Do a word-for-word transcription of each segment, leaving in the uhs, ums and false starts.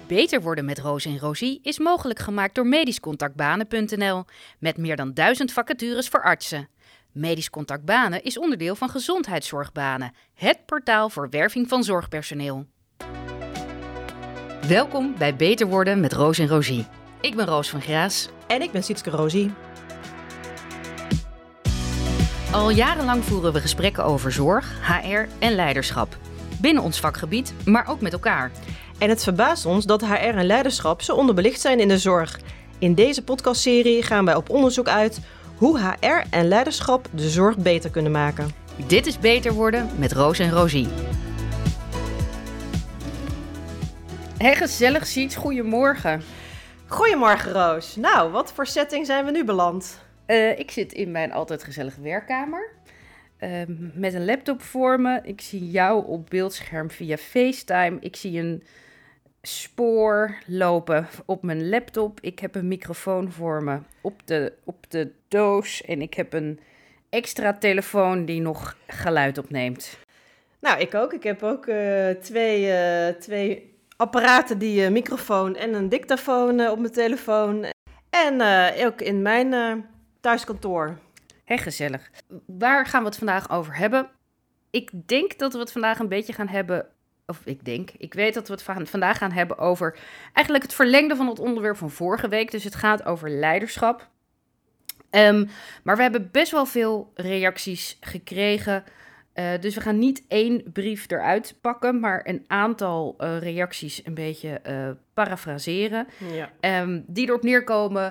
Beter worden met Roos en Rosie is mogelijk gemaakt door medisch contact banen punt n l met meer dan duizend vacatures voor artsen. Medisch Contact Banen is onderdeel van Gezondheidszorgbanen, het portaal voor werving van zorgpersoneel. Welkom bij Beter worden met Roos en Rosie. Ik ben Roos van Graas. En ik ben Sietske Rosie. Al jarenlang voeren we gesprekken over zorg, H R en leiderschap. Binnen ons vakgebied, maar ook met elkaar. En het verbaast ons dat H R en leiderschap zo onderbelicht zijn in de zorg. In deze podcastserie gaan wij op onderzoek uit hoe H R en leiderschap de zorg beter kunnen maken. Dit is Beter worden met Roos en Rosie. Hey, gezellig Siets, goedemorgen. Goedemorgen Roos. Nou, wat voor setting zijn we nu beland? Uh, ik zit in mijn altijd gezellige werkkamer. Uh, met een laptop voor me. Ik zie jou op beeldscherm via FaceTime. Ik zie een spoor lopen op mijn laptop. Ik heb een microfoon voor me op de, op de doos. En ik heb een extra telefoon die nog geluid opneemt. Nou, ik ook. Ik heb ook uh, twee, uh, twee apparaten die een uh, microfoon en een dictafoon uh, op mijn telefoon. En uh, ook in mijn uh, thuiskantoor. Hé, gezellig. Waar gaan we het vandaag over hebben? Ik denk dat we het vandaag een beetje gaan hebben... Of ik denk, ik weet dat we het vandaag gaan hebben over... eigenlijk het verlengde van het onderwerp van vorige week. Dus het gaat over leiderschap. Um, maar we hebben best wel veel reacties gekregen. Uh, dus we gaan niet één brief eruit pakken... maar een aantal uh, reacties een beetje uh, parafraseren. Ja. Um, die erop neerkomen...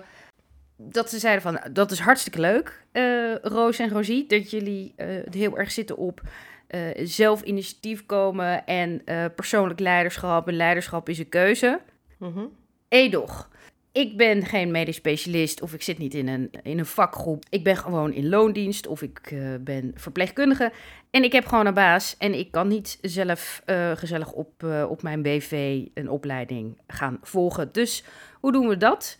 dat ze zeiden van, dat is hartstikke leuk, uh, Roos en Rosie, dat jullie uh, heel erg zitten op uh, zelf initiatief komen en uh, persoonlijk leiderschap. En leiderschap is een keuze. Mm-hmm. Edoch, ik ben geen medisch specialist of ik zit niet in een, in een vakgroep. Ik ben gewoon in loondienst of ik uh, ben verpleegkundige. En ik heb gewoon een baas en ik kan niet zelf uh, gezellig op, uh, op mijn B V een opleiding gaan volgen. Dus hoe doen we dat?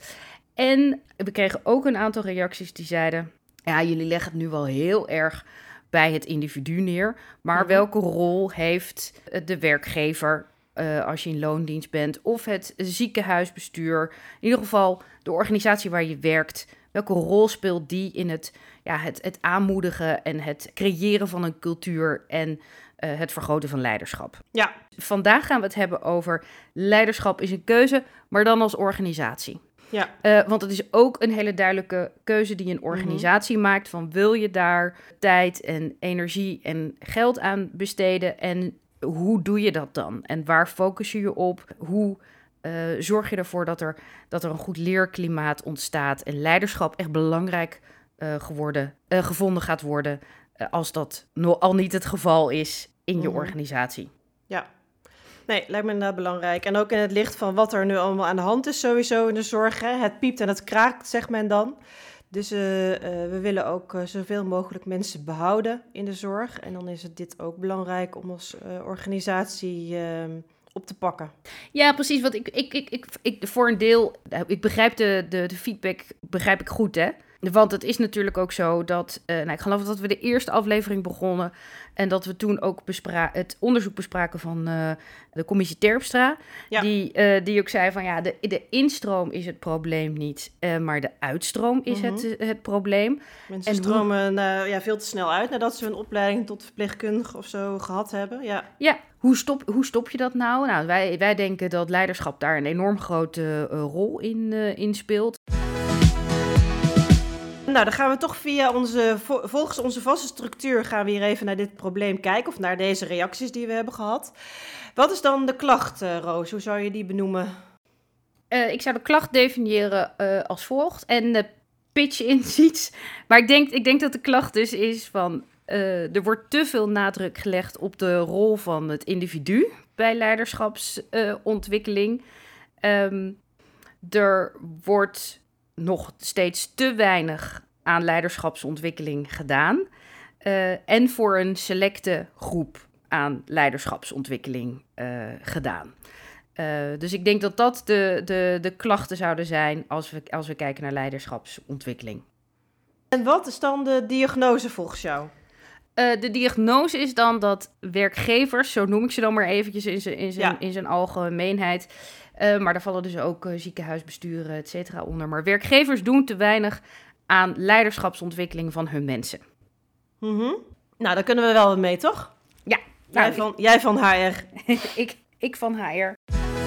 En we kregen ook een aantal reacties die zeiden... ja, jullie leggen het nu wel heel erg bij het individu neer... maar mm-hmm. welke rol heeft de werkgever uh, als je in loondienst bent... of het ziekenhuisbestuur, in ieder geval de organisatie waar je werkt... welke rol speelt die in het, ja, het, het aanmoedigen en het creëren van een cultuur... en uh, het vergroten van leiderschap? Ja. Vandaag gaan we het hebben over leiderschap is een keuze, maar dan als organisatie. Ja. Uh, want het is ook een hele duidelijke keuze die een organisatie mm-hmm. maakt... van wil je daar tijd en energie en geld aan besteden... en hoe doe je dat dan? En waar focus je je op? Hoe uh, zorg je ervoor dat er, dat er een goed leerklimaat ontstaat... en leiderschap echt belangrijk uh, geworden, uh, gevonden gaat worden... Uh, als dat no- al niet het geval is in je mm-hmm. organisatie. Ja. Nee, lijkt me inderdaad belangrijk. En ook in het licht van wat er nu allemaal aan de hand is sowieso in de zorg. Hè? Het piept en het kraakt, zegt men dan. Dus uh, uh, we willen ook uh, zoveel mogelijk mensen behouden in de zorg. En dan is het dit ook belangrijk om als uh, organisatie uh, op te pakken. Ja, precies. Want ik, ik, ik, ik, ik voor een deel, ik begrijp de, de, de feedback, begrijp ik goed, hè. Want het is natuurlijk ook zo dat, uh, nou, ik geloof dat we de eerste aflevering begonnen en dat we toen ook bespra- het onderzoek bespraken van uh, de commissie Terpstra, ja. die, uh, die ook zei van ja, de, de instroom is het probleem niet, uh, maar de uitstroom is mm-hmm. het, het probleem. Mensen en stromen hoe... uh, ja, veel te snel uit nadat ze een opleiding tot verpleegkundige of zo gehad hebben. Ja, ja. Hoe stop, hoe stop je dat nou? Nou, wij, wij denken dat leiderschap daar een enorm grote uh, rol in, uh, in speelt. Nou, dan gaan we toch via onze, volgens onze vaste structuur gaan we hier even naar dit probleem kijken, of naar deze reacties die we hebben gehad. Wat is dan de klacht, uh, Roos? Hoe zou je die benoemen? Uh, ik zou de klacht definiëren uh, als volgt en uh, pitch in iets. Maar ik denk, ik denk dat de klacht dus is van, uh, er wordt te veel nadruk gelegd op de rol van het individu bij leiderschapsontwikkeling. Uh, um, er wordt nog steeds te weinig aan leiderschapsontwikkeling gedaan. Uh, en voor een selecte groep aan leiderschapsontwikkeling uh, gedaan. Uh, dus ik denk dat dat de, de, de klachten zouden zijn als we, als we kijken naar leiderschapsontwikkeling. En wat is dan de diagnose volgens jou? Uh, de diagnose is dan dat werkgevers, zo noem ik ze dan maar eventjes in zijn, in zijn, ja. in zijn algemeenheid, uh, maar daar vallen dus ook uh, ziekenhuisbesturen, et cetera, onder. Maar werkgevers doen te weinig aan leiderschapsontwikkeling van hun mensen. Mm-hmm. Nou, daar kunnen we wel wat mee, toch? Ja. Jij, nou, van, ik, jij van H R. ik, ik van H R.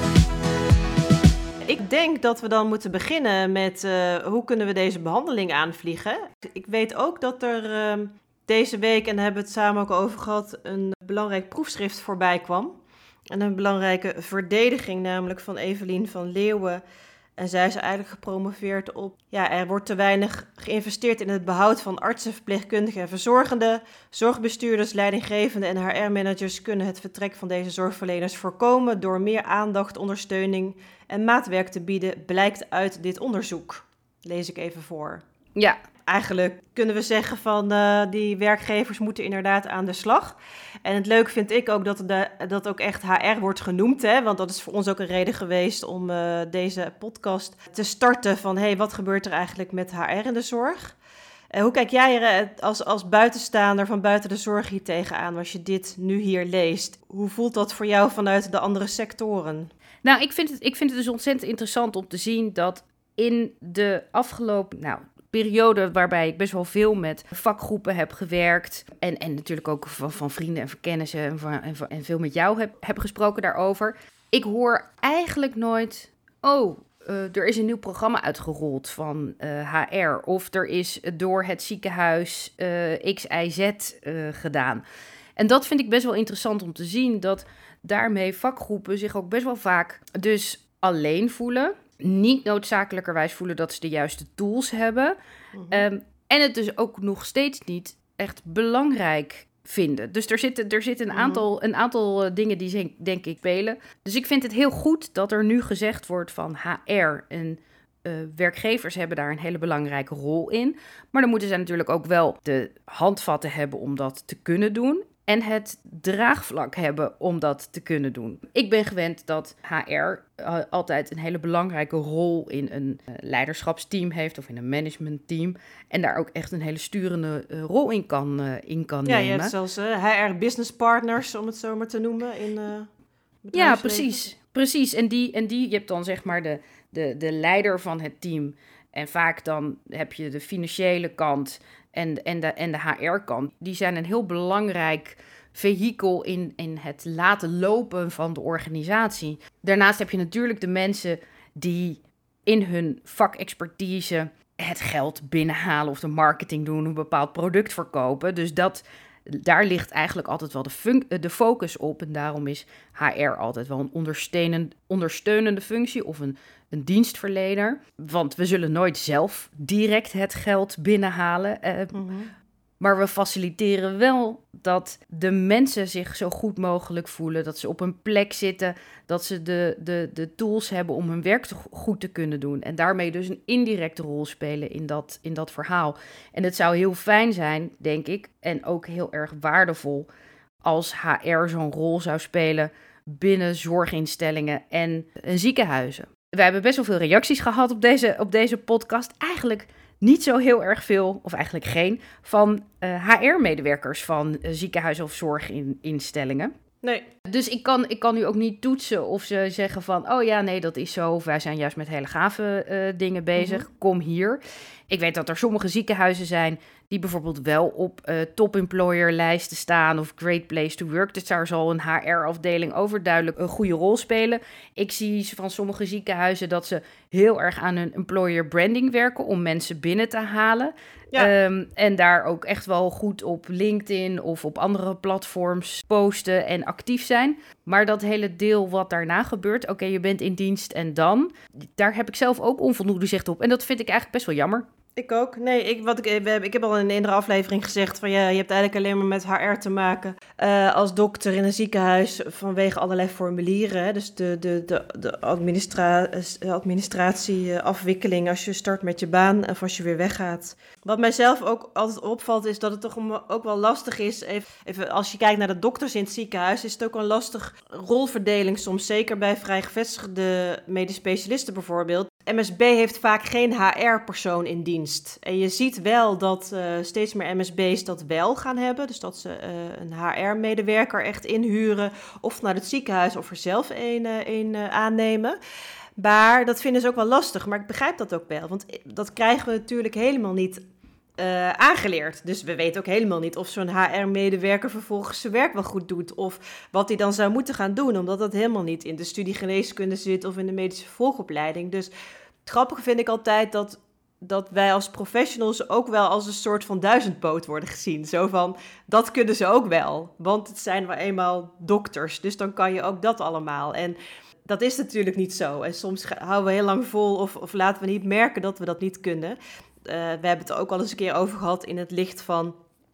Ik denk dat we dan moeten beginnen met uh, hoe kunnen we deze behandeling aanvliegen. Ik weet ook dat er uh, deze week, en daar hebben we het samen ook over gehad, een belangrijk proefschrift voorbij kwam. En een belangrijke verdediging namelijk van Evelien van Leeuwen. En zij is eigenlijk gepromoveerd op, ja, er wordt te weinig geïnvesteerd in het behoud van artsen, verpleegkundigen en verzorgenden. Zorgbestuurders, leidinggevenden en H R-managers kunnen het vertrek van deze zorgverleners voorkomen door meer aandacht, ondersteuning en maatwerk te bieden, blijkt uit dit onderzoek. Lees ik even voor. Ja. Eigenlijk kunnen we zeggen van uh, die werkgevers moeten inderdaad aan de slag. En het leuke vind ik ook dat de, dat ook echt H R wordt genoemd. Hè? Want dat is voor ons ook een reden geweest om uh, deze podcast te starten. Van hey, wat gebeurt er eigenlijk met H R in de zorg? Uh, hoe kijk jij er als, als buitenstaander van buiten de zorg hier tegenaan als je dit nu hier leest? Hoe voelt dat voor jou vanuit de andere sectoren? Nou, ik vind het, ik vind het dus ontzettend interessant om te zien dat in de afgelopen... Nou, periode waarbij ik best wel veel met vakgroepen heb gewerkt. En, en natuurlijk ook van, van vrienden en kennissen en, van, en, van, en veel met jou heb, heb gesproken daarover. Ik hoor eigenlijk nooit, oh, uh, er is een nieuw programma uitgerold van uh, H R. Of er is door het ziekenhuis uh, X Y Z uh, gedaan. En dat vind ik best wel interessant om te zien, dat daarmee vakgroepen zich ook best wel vaak dus alleen voelen. Niet noodzakelijkerwijs voelen dat ze de juiste tools hebben. Mm-hmm. Um, en het dus ook nog steeds niet echt belangrijk vinden. Dus er zitten, er zitten een, mm-hmm. aantal, een aantal uh, dingen die denk ik spelen. Dus ik vind het heel goed dat er nu gezegd wordt van H R en uh, werkgevers hebben daar een hele belangrijke rol in. Maar dan moeten zij natuurlijk ook wel de handvatten hebben om dat te kunnen doen. En het draagvlak hebben om dat te kunnen doen. Ik ben gewend dat H R uh, altijd een hele belangrijke rol in een uh, leiderschapsteam heeft of in een managementteam. En daar ook echt een hele sturende uh, rol in kan, uh, in kan ja, nemen. Ja, je hebt zelfs uh, H R business partners, om het zo maar te noemen. In, uh, ja, precies. precies. En, die, en die, je hebt dan zeg maar de, de, de leider van het team. En vaak dan heb je de financiële kant en, en, de, en de H R-kant. Die zijn een heel belangrijk vehikel in, in het laten lopen van de organisatie. Daarnaast heb je natuurlijk de mensen die in hun vakexpertise het geld binnenhalen of de marketing doen, een bepaald product verkopen. Dus dat, daar ligt eigenlijk altijd wel de, fun- de focus op. En daarom is H R altijd wel een ondersteunend, ondersteunende functie of een, een dienstverlener. Want we zullen nooit zelf direct het geld binnenhalen. Uh, mm-hmm. Maar we faciliteren wel dat de mensen zich zo goed mogelijk voelen. Dat ze op een plek zitten. Dat ze de, de, de tools hebben om hun werk te, goed te kunnen doen. En daarmee dus een indirecte rol spelen in dat, in dat verhaal. En het zou heel fijn zijn, denk ik. En ook heel erg waardevol als H R zo'n rol zou spelen binnen zorginstellingen en, en ziekenhuizen. We hebben best wel veel reacties gehad op deze, op deze podcast. Eigenlijk niet zo heel erg veel, of eigenlijk geen, van uh, H R-medewerkers van uh, ziekenhuizen of zorginstellingen. Nee. Dus ik kan, ik kan nu ook niet toetsen of ze zeggen van, oh ja, nee, dat is zo. Of wij zijn juist met hele gave uh, dingen bezig. Mm-hmm. Kom hier. Ik weet dat er sommige ziekenhuizen zijn die bijvoorbeeld wel op uh, top-employer-lijsten staan of Great Place to Work. Dus daar zal een H R-afdeling overduidelijk een goede rol spelen. Ik zie van sommige ziekenhuizen dat ze heel erg aan hun employer branding werken om mensen binnen te halen. Ja. Um, en daar ook echt wel goed op LinkedIn of op andere platforms posten en actief zijn. Maar dat hele deel wat daarna gebeurt, oké, okay, je bent in dienst en dan, daar heb ik zelf ook onvoldoende zicht op. En dat vind ik eigenlijk best wel jammer. Ik ook. Nee, ik, wat ik, we, ik heb al in een eerdere aflevering gezegd van ja, je hebt eigenlijk alleen maar met H R te maken uh, als dokter in een ziekenhuis vanwege allerlei formulieren. Hè? Dus de, de, de, de administra- administratie, uh, afwikkeling als je start met je baan of als je weer weggaat. Wat mijzelf ook altijd opvalt is dat het toch ook wel lastig is. Even, even als je kijkt naar de dokters in het ziekenhuis, is het ook een lastig rolverdeling soms. Zeker bij vrij gevestigde medisch specialisten bijvoorbeeld. M S B heeft vaak geen H R-persoon in dienst. En je ziet wel dat uh, steeds meer M S B's dat wel gaan hebben. Dus dat ze uh, een H R-medewerker echt inhuren. Of naar het ziekenhuis of er zelf een, uh, een uh, aannemen. Maar dat vinden ze ook wel lastig. Maar ik begrijp dat ook wel. Want dat krijgen we natuurlijk helemaal niet uh, aangeleerd. Dus we weten ook helemaal niet of zo'n H R-medewerker vervolgens zijn werk wel goed doet. Of wat hij dan zou moeten gaan doen. Omdat dat helemaal niet in de studie geneeskunde zit of in de medische vervolgopleiding. Dus het grappige vind ik altijd dat, dat wij als professionals ook wel als een soort van duizendpoot worden gezien. Zo van, dat kunnen ze ook wel. Want het zijn wel eenmaal dokters. Dus dan kan je ook dat allemaal. En dat is natuurlijk niet zo. En soms houden we heel lang vol of, of laten we niet merken dat we dat niet kunnen. Uh, we hebben het er ook al eens een keer over gehad in het licht van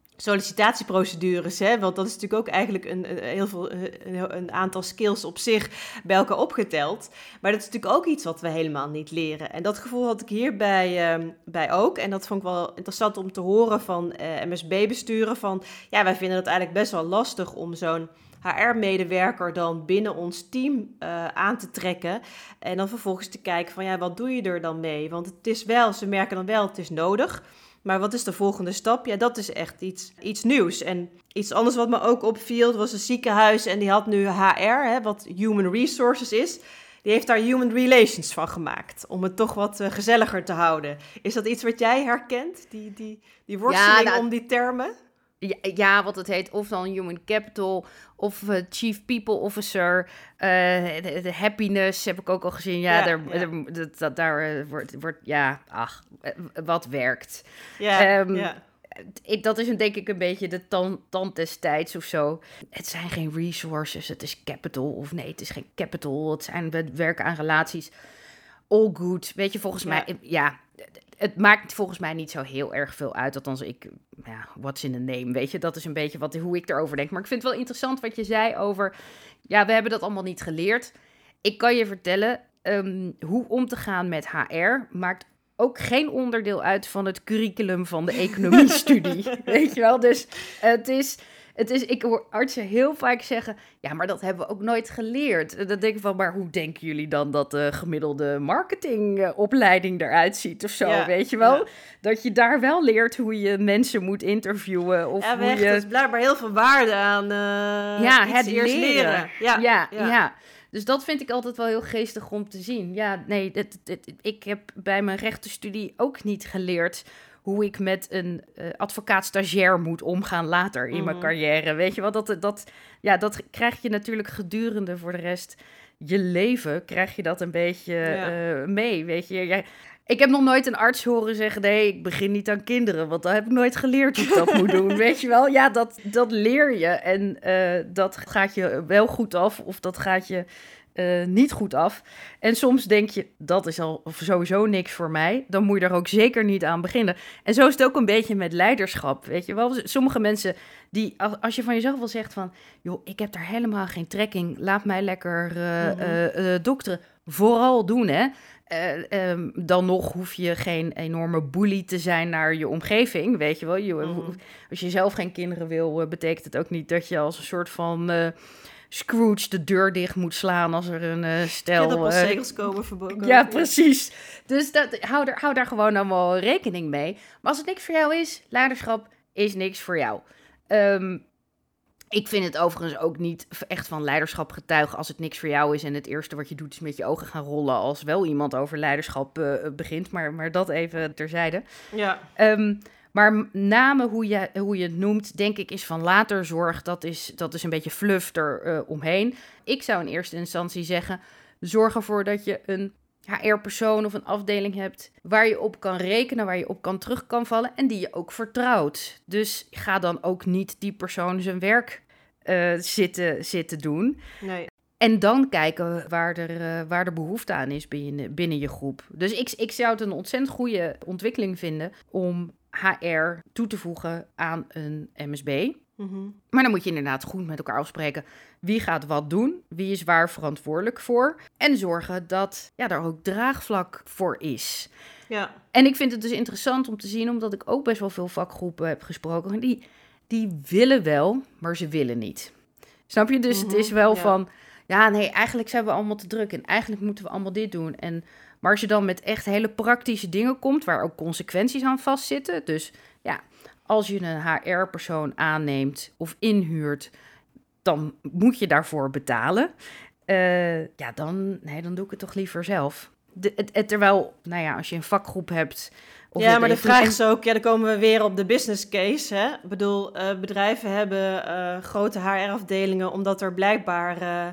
sollicitatieprocedures. Hè? Want dat is natuurlijk ook eigenlijk een, een, heel veel, een, een aantal skills op zich bij elkaar opgeteld. Maar dat is natuurlijk ook iets wat we helemaal niet leren. En dat gevoel had ik hierbij uh, bij ook. En dat vond ik wel interessant om te horen van uh, M S B-besturen. Van ja, wij vinden het eigenlijk best wel lastig om zo'n H R-medewerker dan binnen ons team uh, aan te trekken. En dan vervolgens te kijken van ja, wat doe je er dan mee? Want het is wel, ze merken dan wel, het is nodig. Maar wat is de volgende stap? Ja, dat is echt iets, iets nieuws. En iets anders wat me ook opviel, was een ziekenhuis en die had nu H R, hè, wat Human Resources is. Die heeft daar Human Relations van gemaakt, om het toch wat uh, gezelliger te houden. Is dat iets wat jij herkent, die, die, die worsteling ja, nou, om die termen? Ja, ja, wat het heet, of dan Human Capital, of uh, Chief People Officer, uh, de, de happiness heb ik ook al gezien. Ja, ja, daar, ja. daar, dat, dat, daar uh, wordt, wordt, ja, ach, uh, wat werkt. Ja, um, ja. Ik, dat is een, denk ik een beetje de tand, tand des tijds of zo. Het zijn geen resources, het is capital. Of nee, het is geen capital, het zijn, we werken aan relaties. All good, weet je, volgens ja. mij, ja... Het maakt volgens mij niet zo heel erg veel uit. Althans, ik, ja, what's in the name, weet je. Dat is een beetje wat, hoe ik erover denk. Maar ik vind het wel interessant wat je zei over, ja, we hebben dat allemaal niet geleerd. Ik kan je vertellen, um, hoe om te gaan met H R maakt ook geen onderdeel uit van het curriculum van de economiestudie. Weet je wel, dus het is... Het is, ik hoor artsen heel vaak zeggen, ja, maar dat hebben we ook nooit geleerd. Dan denk ik van, maar hoe denken jullie dan dat de gemiddelde marketingopleiding eruit ziet of zo, ja, weet je wel? Ja. Dat je daar wel leert hoe je mensen moet interviewen. Of ja, hoe echt, je... er is blijkbaar heel veel waarde aan uh, ja, iets het eerst leren. leren. Ja, ja, ja. ja. Dus dat vind ik altijd wel heel geestig om te zien. Ja, nee, het, het, ik heb bij mijn rechtenstudie ook niet geleerd hoe ik met een uh, advocaat-stagiair moet omgaan later in mm-hmm. mijn carrière. Weet je wel, dat, dat, ja, dat krijg je natuurlijk gedurende voor de rest je leven, krijg je dat een beetje ja. uh, mee, weet je. Jij, ik heb nog nooit een arts horen zeggen, nee, ik begin niet aan kinderen, want dat heb ik nooit geleerd hoe ik dat moet doen, weet je wel. Ja, dat, dat leer je en uh, dat gaat je wel goed af of dat gaat je Uh, niet goed af. En soms denk je, dat is al sowieso niks voor mij. Dan moet je er ook zeker niet aan beginnen. En zo is het ook een beetje met leiderschap, weet je wel. Sommige mensen, die, als je van jezelf wel zegt van, joh, ik heb daar helemaal geen trek in, laat mij lekker uh, mm-hmm. uh, uh, dokteren. Vooral doen, hè. Uh, um, dan nog hoef je geen enorme bully te zijn naar je omgeving, weet je wel. Je, mm-hmm. Als je zelf geen kinderen wil, uh, betekent het ook niet dat je als een soort van Uh, Scrooge de deur dicht moet slaan als er een uh, stel... Kinderpostzegels uh, komen verboden. Ja, precies. Dus dat, hou, er, hou daar gewoon allemaal rekening mee. Maar als het niks voor jou is, leiderschap is niks voor jou. Um, ik vind het overigens ook niet echt van leiderschap getuigen als het niks voor jou is en het eerste wat je doet is met je ogen gaan rollen als wel iemand over leiderschap uh, begint. Maar, maar dat even terzijde. Ja. Um, Maar namen, hoe je, hoe je het noemt, denk ik, is van later zorg. Dat is, dat is een beetje fluff er uh, omheen. Ik zou in eerste instantie zeggen, zorg ervoor dat je een H R-persoon of een afdeling hebt waar je op kan rekenen, waar je op kan terug kan vallen en die je ook vertrouwt. Dus ga dan ook niet die persoon zijn werk uh, zitten, zitten doen. Nee. En dan kijken waar er, uh, waar er behoefte aan is binnen, binnen je groep. Dus ik, ik zou het een ontzettend goede ontwikkeling vinden om H R toe te voegen aan een M S B. Mm-hmm. Maar dan moet je inderdaad goed met elkaar afspreken. Wie gaat wat doen? Wie is waar verantwoordelijk voor? En zorgen dat ja, er ook draagvlak voor is. Ja. En ik vind het dus interessant om te zien, omdat ik ook best wel veel vakgroepen heb gesproken. En die, die willen wel, maar ze willen niet. Snap je? Dus mm-hmm, het is wel ja. van, ja nee, eigenlijk zijn we allemaal te druk. En eigenlijk moeten we allemaal dit doen. En, maar als je dan met echt hele praktische dingen komt, waar ook consequenties aan vastzitten. Dus ja, als je een H R-persoon aanneemt of inhuurt, dan moet je daarvoor betalen. Uh, ja, dan, nee, dan doe ik het toch liever zelf. De, het, het, terwijl, nou ja, als je een vakgroep hebt... Of ja, maar de vraag is ook, ja, dan komen we weer op de business case. Hè? Ik bedoel, uh, bedrijven hebben uh, grote H R-afdelingen, omdat er blijkbaar... Uh,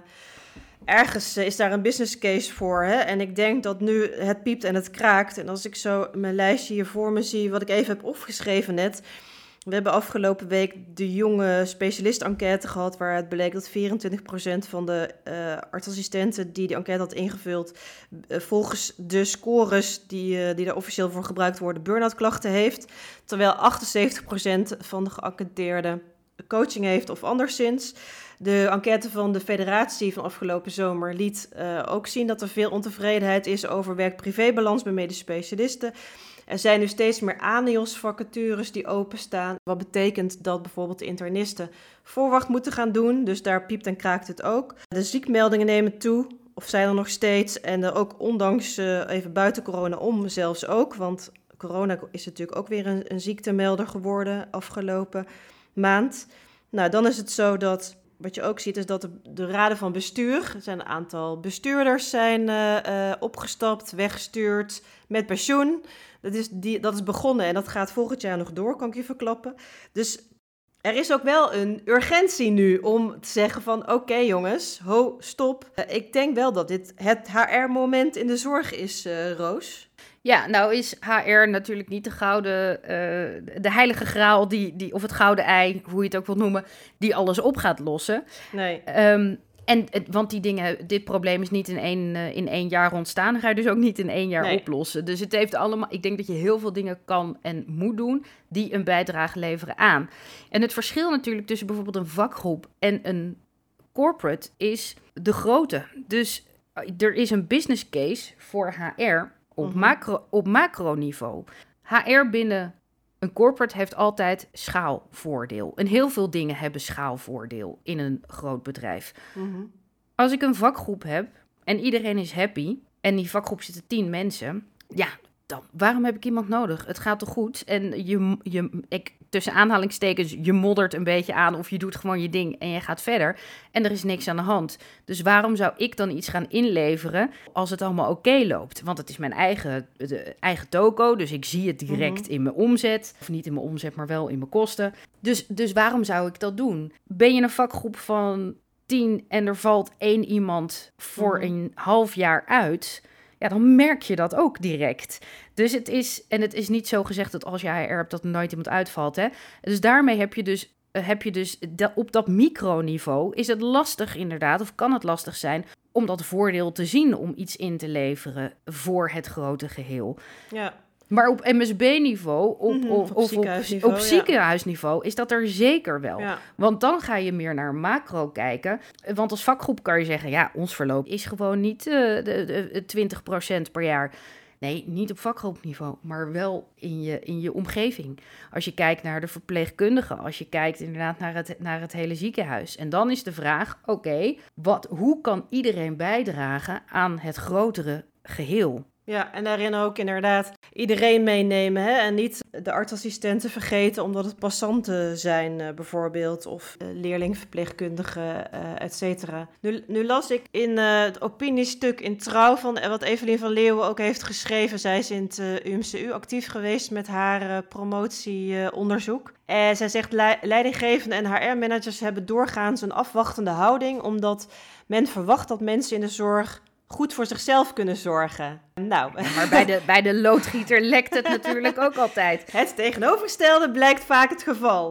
ergens uh, is daar een business case voor. Hè? En ik denk dat nu het piept en het kraakt. En als ik zo mijn lijstje hier voor me zie, wat ik even heb opgeschreven net... We hebben afgelopen week de jonge specialist-enquête gehad, waaruit bleek dat vierentwintig procent van de uh, artsassistenten die die enquête had ingevuld, uh, volgens de scores die, uh, die daar officieel voor gebruikt worden, burn-out klachten heeft. Terwijl achtenzeventig procent van de geënquêteerden coaching heeft of anderszins. De enquête van de federatie van afgelopen zomer liet uh, ook zien dat er veel ontevredenheid is over werk-privébalans bij medisch specialisten. Er zijn nu steeds meer A N E O S-vacatures die openstaan. Wat betekent dat bijvoorbeeld de internisten voorwacht moeten gaan doen. Dus daar piept en kraakt het ook. De ziekmeldingen nemen toe, of zijn er nog steeds. En uh, ook ondanks, uh, even buiten corona om zelfs ook. Want corona is natuurlijk ook weer een, een ziektemelder geworden afgelopen maand. Nou, dan is het zo dat... Wat je ook ziet is dat de, de raden van bestuur, er zijn een aantal bestuurders zijn uh, uh, opgestapt, weggestuurd met pensioen. Dat is, die, dat is begonnen en dat gaat volgend jaar nog door, kan ik je verklappen. Dus er is ook wel een urgentie nu om te zeggen van oké okay, jongens, ho, stop. Uh, ik denk wel dat dit het H R-moment in de zorg is, uh, Roos. Ja, nou is H R natuurlijk niet de gouden, uh, de heilige graal, die, die, of het gouden ei, hoe je het ook wilt noemen, die alles op gaat lossen. Nee. Um, en, want die dingen, dit probleem is niet in één, uh, in één jaar ontstaan, dan ga je dus ook niet in één jaar nee. oplossen. Dus het heeft allemaal, ik denk dat je heel veel dingen kan en moet doen die een bijdrage leveren aan. En het verschil natuurlijk tussen bijvoorbeeld een vakgroep en een corporate is de grootte. Dus er is een business case voor H R op, mm-hmm. macro, op macroniveau. H R binnen een corporate heeft altijd schaalvoordeel. En heel veel dingen hebben schaalvoordeel in een groot bedrijf. Mm-hmm. Als ik een vakgroep heb en iedereen is happy en die vakgroep zitten tien mensen, ja, dan waarom heb ik iemand nodig? Het gaat toch goed? En je, je ik, tussen aanhalingstekens, je moddert een beetje aan of je doet gewoon je ding en je gaat verder. En er is niks aan de hand. Dus waarom zou ik dan iets gaan inleveren als het allemaal oké okay loopt? Want het is mijn eigen, de, eigen toko, dus ik zie het direct mm-hmm. in mijn omzet. Of niet in mijn omzet, maar wel in mijn kosten. Dus, dus waarom zou ik dat doen? Ben je een vakgroep van tien en er valt één iemand voor mm-hmm. een half jaar uit, ja, dan merk je dat ook direct. Dus het is, en het is niet zo gezegd dat als je H R hebt dat er nooit iemand uitvalt, hè. Dus daarmee heb je dus, heb je dus de, op dat microniveau is het lastig inderdaad, of kan het lastig zijn, om dat voordeel te zien om iets in te leveren voor het grote geheel. Ja. Maar op M S B-niveau op, mm-hmm, of, op, of ziekenhuisniveau, op, op ziekenhuisniveau is dat er zeker wel. Ja. Want dan ga je meer naar macro kijken. Want als vakgroep kan je zeggen, ja, ons verloop is gewoon niet uh, de, de, de twintig procent per jaar. Nee, niet op vakgroepniveau, maar wel in je, in je omgeving. Als je kijkt naar de verpleegkundigen, als je kijkt inderdaad naar het, naar het hele ziekenhuis. En dan is de vraag, oké, okay, wat, hoe kan iedereen bijdragen aan het grotere geheel? Ja, en daarin ook inderdaad iedereen meenemen, hè? En niet de artsassistenten vergeten omdat het passanten zijn uh, bijvoorbeeld, of uh, leerlingverpleegkundigen, uh, et cetera. Nu, nu las ik in uh, het opiniestuk in Trouw van uh, wat Evelien van Leeuwen ook heeft geschreven. Zij is in het uh, U M C U actief geweest met haar uh, promotieonderzoek. Uh, en zij zegt, le- leidinggevenden en H R-managers hebben doorgaans een afwachtende houding, omdat men verwacht dat mensen in de zorg goed voor zichzelf kunnen zorgen. Nou, ja, maar bij de, bij de loodgieter lekt het natuurlijk ook altijd. Het tegenovergestelde blijkt vaak het geval.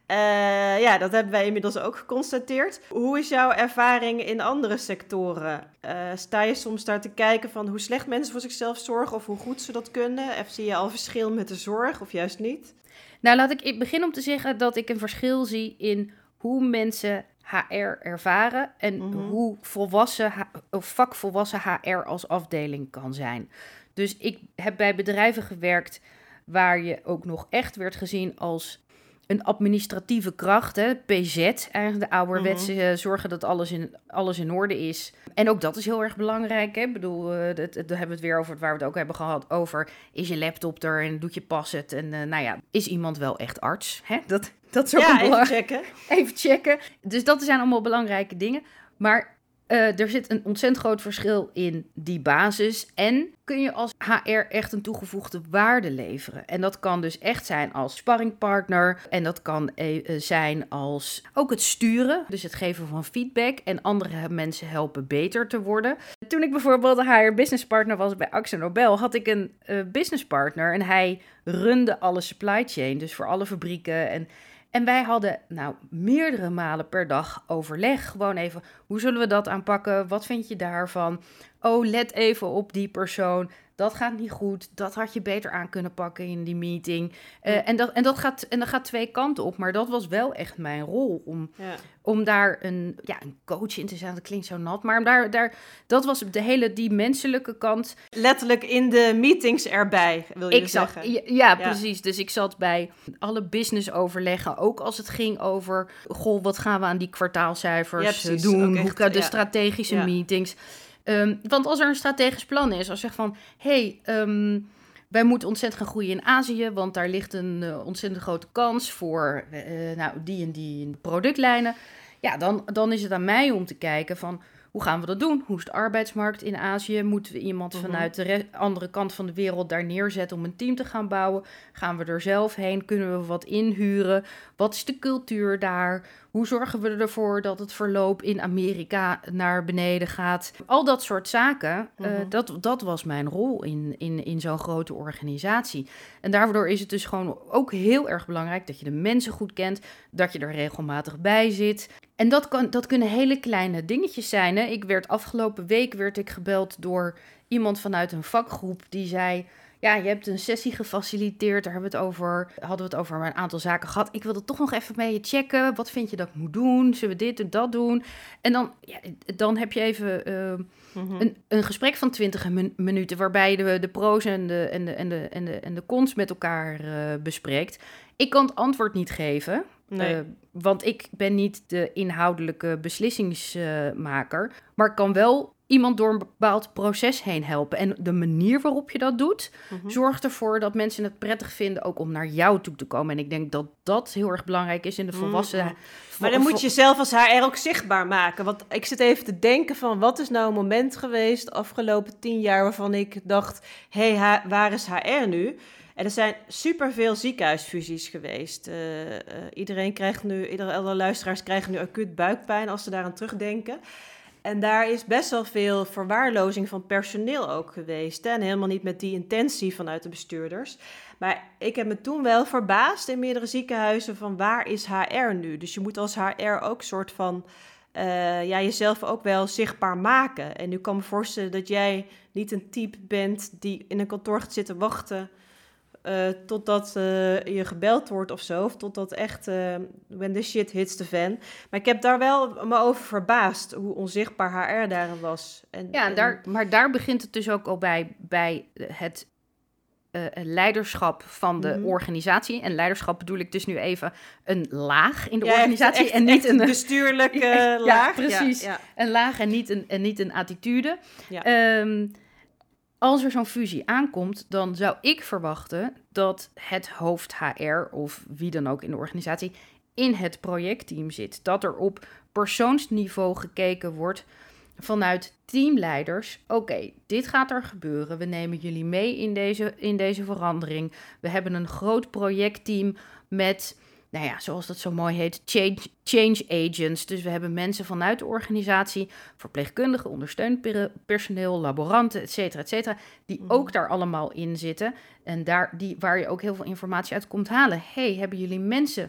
Uh, ja, dat hebben wij inmiddels ook geconstateerd. Hoe is jouw ervaring in andere sectoren? Uh, sta je soms daar te kijken van hoe slecht mensen voor zichzelf zorgen of hoe goed ze dat kunnen? Of zie je al verschil met de zorg of juist niet? Nou, laat ik beginnen om te zeggen dat ik een verschil zie in hoe mensen H R ervaren en mm-hmm. hoe volwassen of vakvolwassen H R als afdeling kan zijn. Dus ik heb bij bedrijven gewerkt waar je ook nog echt werd gezien als een administratieve kracht, hè, P Z, eigenlijk de ouderwetse mm-hmm. zorgen dat alles in, alles in orde is. En ook dat is heel erg belangrijk. Hè? Ik bedoel, uh, dat, dat hebben we het weer over waar we het ook hebben gehad over, is je laptop er en doet je pas het? En uh, nou ja, is iemand wel echt arts? Hè? Dat, dat is ook ja, een belang... even checken. Even checken. Dus dat zijn allemaal belangrijke dingen. Maar Uh, er zit een ontzettend groot verschil in die basis. En kun je als H R echt een toegevoegde waarde leveren. En dat kan dus echt zijn als sparringpartner. En dat kan uh, zijn als ook het sturen. Dus het geven van feedback. En andere mensen helpen beter te worden. Toen ik bijvoorbeeld een H R business partner was bij AkzoNobel, had ik een uh, business partner. En hij runde alle supply chain. Dus voor alle fabrieken en... En wij hadden nou meerdere malen per dag overleg. Gewoon even, hoe zullen we dat aanpakken? Wat vind je daarvan? Oh, let even op die persoon. Dat gaat niet goed. Dat had je beter aan kunnen pakken in die meeting. Uh, ja. en, dat, en, dat gaat, en dat gaat twee kanten op. Maar dat was wel echt mijn rol. Om, ja. om daar een, ja, een coach in te zijn. Dat klinkt zo nat. Maar daar, daar, dat was de hele die menselijke kant. Letterlijk in de meetings erbij, wil je ik zat, zeggen? Ja, ja, precies. Dus ik zat bij alle business overleggen. Ook als het ging over, goh, wat gaan we aan die kwartaalcijfers ja, doen? Echt, Hoe, de ja. strategische ja. meetings. Um, want als er een strategisch plan is, als je zegt van, hé, hey, um, wij moeten ontzettend gaan groeien in Azië, want daar ligt een uh, ontzettend grote kans voor uh, nou, die en die productlijnen. Ja, dan, dan is het aan mij om te kijken van, hoe gaan we dat doen? Hoe is de arbeidsmarkt in Azië? Moeten we iemand mm-hmm. vanuit de re- andere kant van de wereld daar neerzetten om een team te gaan bouwen? Gaan we er zelf heen? Kunnen we wat inhuren? Wat is de cultuur daar? Hoe zorgen we ervoor dat het verloop in Amerika naar beneden gaat? Al dat soort zaken, mm-hmm. uh, dat, dat was mijn rol in, in, in zo'n grote organisatie. En daardoor is het dus gewoon ook heel erg belangrijk dat je de mensen goed kent, dat je er regelmatig bij zit. En dat, kan, dat kunnen hele kleine dingetjes zijn. Hè? Ik werd afgelopen week werd ik gebeld door iemand vanuit een vakgroep die zei, ja, je hebt een sessie gefaciliteerd, daar hebben we het over, hadden we het over een aantal zaken gehad. Ik wilde toch nog even mee je checken. Wat vind je dat ik moet doen? Zullen we dit en dat doen? En dan, ja, dan heb je even uh, mm-hmm. een, een gesprek van twintig minuten waarbij je de, de pro's en de, en, de, en, de, en, de, en de cons met elkaar uh, bespreekt. Ik kan het antwoord niet geven. Nee. Uh, want ik ben niet de inhoudelijke beslissingsmaker. Uh, maar ik kan wel iemand door een bepaald proces heen helpen. En de manier waarop je dat doet, mm-hmm. zorgt ervoor dat mensen het prettig vinden ook om naar jou toe te komen. En ik denk dat dat heel erg belangrijk is in de volwassen... Mm-hmm. Maar dan vo- moet je zelf als H R ook zichtbaar maken. Want ik zit even te denken van, wat is nou een moment geweest de afgelopen tien jaar waarvan ik dacht, hé, hey, ha- waar is H R nu? En er zijn superveel ziekenhuisfusies geweest. Uh, uh, iedereen krijgt nu, iedere alle luisteraars krijgen nu acuut buikpijn als ze daaraan terugdenken. En daar is best wel veel verwaarlozing van personeel ook geweest. Hè? En helemaal niet met die intentie vanuit de bestuurders. Maar ik heb me toen wel verbaasd in meerdere ziekenhuizen van waar is H R nu? Dus je moet als H R ook soort van uh, ja, jezelf ook wel zichtbaar maken. En nu kan ik me voorstellen dat jij niet een type bent die in een kantoor gaat zitten wachten Uh, totdat uh, je gebeld wordt of zo, of totdat echt uh, when the shit hits the fan. Maar ik heb daar wel me over verbaasd hoe onzichtbaar H R daarin was. En, ja, en... Daar, maar daar begint het dus ook al bij, bij het uh, leiderschap van de mm-hmm. organisatie. En leiderschap bedoel ik dus nu even een laag in de ja, organisatie. Echt, en niet echt een bestuurlijke ja, laag. Ja, precies. Ja, ja. Een laag en niet een, en niet een attitude. Ja. Um, Als er zo'n fusie aankomt, dan zou ik verwachten dat het hoofd H R of wie dan ook in de organisatie in het projectteam zit. Dat er op persoonsniveau gekeken wordt vanuit teamleiders. Oké, okay, dit gaat er gebeuren. We nemen jullie mee in deze, in deze verandering. We hebben een groot projectteam met, nou ja, zoals dat zo mooi heet, change, change agents. Dus we hebben mensen vanuit de organisatie, verpleegkundigen, ondersteund personeel, laboranten, et cetera, et cetera, die mm. ook daar allemaal in zitten. En daar, die, waar je ook heel veel informatie uit komt halen. Hey, hebben jullie mensen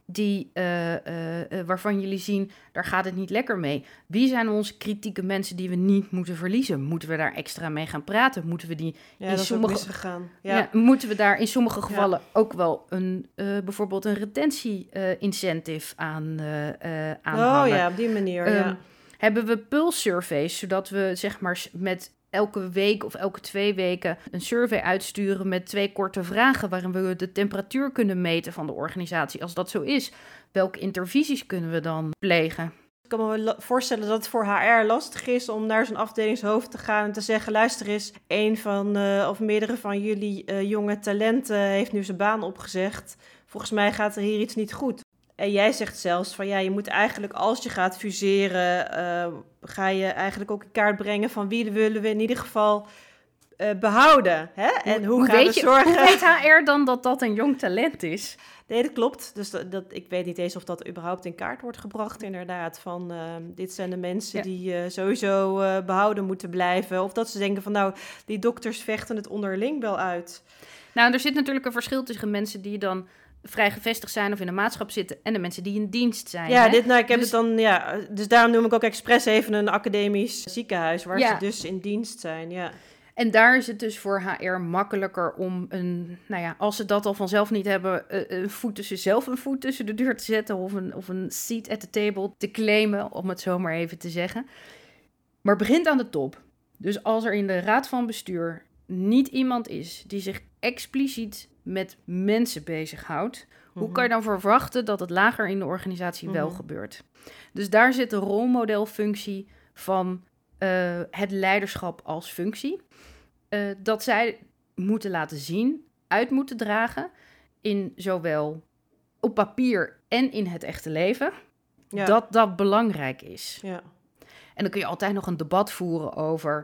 die, uh, uh, uh, waarvan jullie zien, daar gaat het niet lekker mee? Wie zijn onze kritieke mensen die we niet moeten verliezen? Moeten we daar extra mee gaan praten? Moeten we die Ja, in dat is sommige, ook misgegaan. Ja. Ja, moeten we daar in sommige gevallen Ja. ook wel een, uh, bijvoorbeeld een retentie-incentive uh, aan, uh, uh, aanhangen? Oh ja, op die manier, Um, ja. Hebben we pulse-surveys, zodat we zeg maar met elke week of elke twee weken een survey uitsturen met twee korte vragen waarin we de temperatuur kunnen meten van de organisatie. Als dat zo is, welke intervisies kunnen we dan plegen? Ik kan me wel voorstellen dat het voor H R lastig is om naar zo'n afdelingshoofd te gaan en te zeggen, luister eens, een van uh, of meerdere van jullie uh, jonge talenten heeft nu zijn baan opgezegd. Volgens mij gaat er hier iets niet goed. En jij zegt zelfs van ja, je moet eigenlijk als je gaat fuseren, uh, ga je eigenlijk ook in kaart brengen van wie willen we in ieder geval uh, behouden. Hè? En hoe, hoe gaan we je, zorgen... Hoe weet H R dan dat dat een jong talent is? Nee, dat klopt. Dus dat, dat, ik weet niet eens of dat überhaupt in kaart wordt gebracht inderdaad. Van uh, dit zijn de mensen ja. die uh, sowieso uh, behouden moeten blijven. Of dat ze denken van nou, die dokters vechten het onderling wel uit. Nou, er zit natuurlijk een verschil tussen mensen die dan vrij gevestigd zijn of in een maatschap zitten en de mensen die in dienst zijn. Ja, hè? dit, nou, ik heb dus, het dan, ja, dus daarom noem ik ook expres even een academisch ziekenhuis waar ja. ze dus in dienst zijn, ja. En daar is het dus voor H R makkelijker om een, nou ja, als ze dat al vanzelf niet hebben, een voet tussen zelf een voet tussen de deur te zetten of een, of een seat at the table te claimen, om het zo maar even te zeggen. Maar het begint aan de top. Dus als er in de raad van bestuur niet iemand is die zich expliciet met mensen bezighoudt, mm-hmm. hoe kan je dan verwachten dat het lager in de organisatie mm-hmm. wel gebeurt? Dus daar zit de rolmodelfunctie van uh, het leiderschap als functie. Uh, dat zij moeten laten zien, uit moeten dragen, in zowel op papier en in het echte leven, ja. dat dat belangrijk is. Ja. En dan kun je altijd nog een debat voeren over